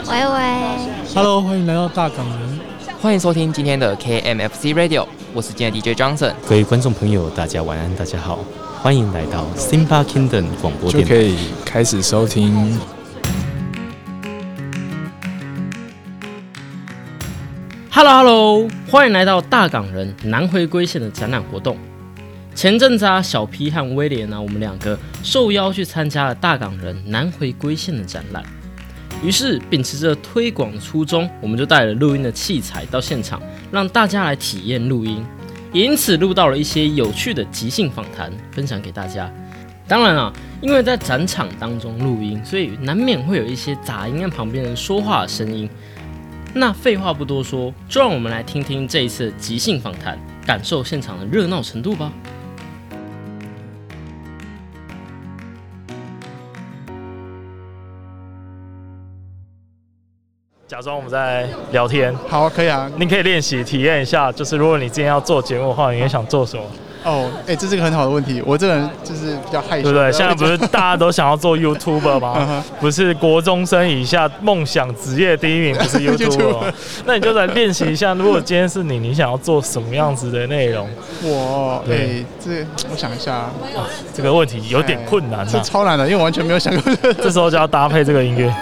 喂喂 ，Hello， 欢迎来到大港人， 欢迎收听今天的 KMFC Radio， 我是今天的 DJ Johnson。 各位观众朋友，大家晚安，大家好，欢迎来到 Simba Kingdom 广播电台， 就可以开始收听。 Hello， 欢迎来到大港人南回归线的展览活动。前阵子小 P 和威廉我们两个受邀去参加了大港人南回归线的展览。于是秉持着推广的初衷，我们就带了录音的器材到现场，让大家来体验录音。也因此录到了一些有趣的即兴访谈，分享给大家。当然因为在展场当中录音，所以难免会有一些杂音和旁边人说话的声音。那废话不多说，就让我们来听听这一次的即兴访谈，感受现场的热闹程度吧。 假装我们在聊天， 好，可以啊。 你可以练习体验一下，就是如果你今天要做节目的话，你会想做什么？ 这是个很好的问题。我这个人就是比较害羞， 对不对？现在不是大家都想要做 YouTuber 吗？不是国中生以下梦想职业第一名不是 YouTuber 吗？那你就来练习一下，如果今天是你想要做什么样子的内容？ 我想一下， 这个问题有点困难是超难的，因为我完全没有想过。 这时候就要搭配这个音乐。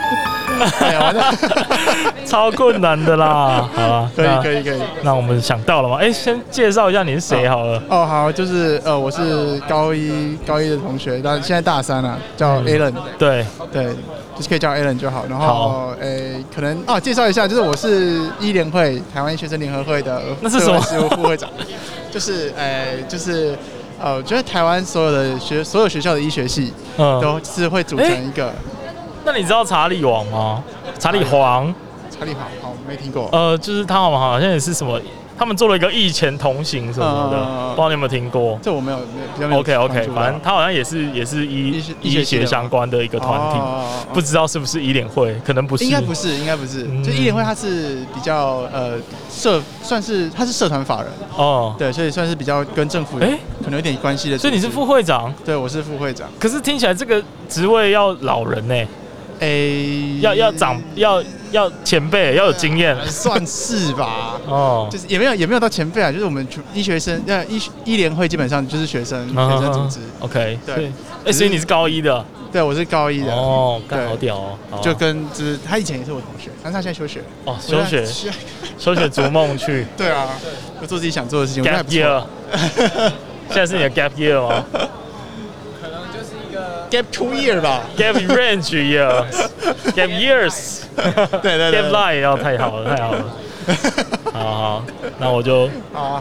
超困难的啦，好啦，可以。那我们想到了吗？先介绍一下你是谁好了。 好，就是我是高一的同学，但现在大三了，叫 Alan。对，就是可以叫 Alan 就好。然后可能介绍一下，就是我是医联会台湾医学生联合会的那是什么事务副会长，就是我觉得台湾所有学校的医学系都是会组成一个。 那你知道查理王吗？查理皇， 好，没听过。 就是他好像也是什么，他们做了一个疫前同行什么的，不知道你有没有听过？ 这我没有，比较没有。 OK， 反正他好像也是医学相关的一个团体，不知道是不是医联会，可能不是。应该不是。就医联会它是比较算是它是社团法人对，所以算是比较跟政府可能有点关系的。 所以你是副会长？ 对，我是副会长。 可是听起来这个职位要老人呢。要前辈，要有经验， 算是吧。就是也没有到前辈就是我们医学生，医联会基本上就是学生组织。 OK， 对。所以你是高一的？对， 我是高一的。 干好屌就跟就是他以前也是我同学，但是他现在休学。 休学逐梦去。 对啊，就做自己想做的事情。 Gap year， 现在是你的 Gap year 吗 ？Gap 2 year 吧 ，Gap range years，Gap years， 对 ，Gap line 太好了，好，那我就。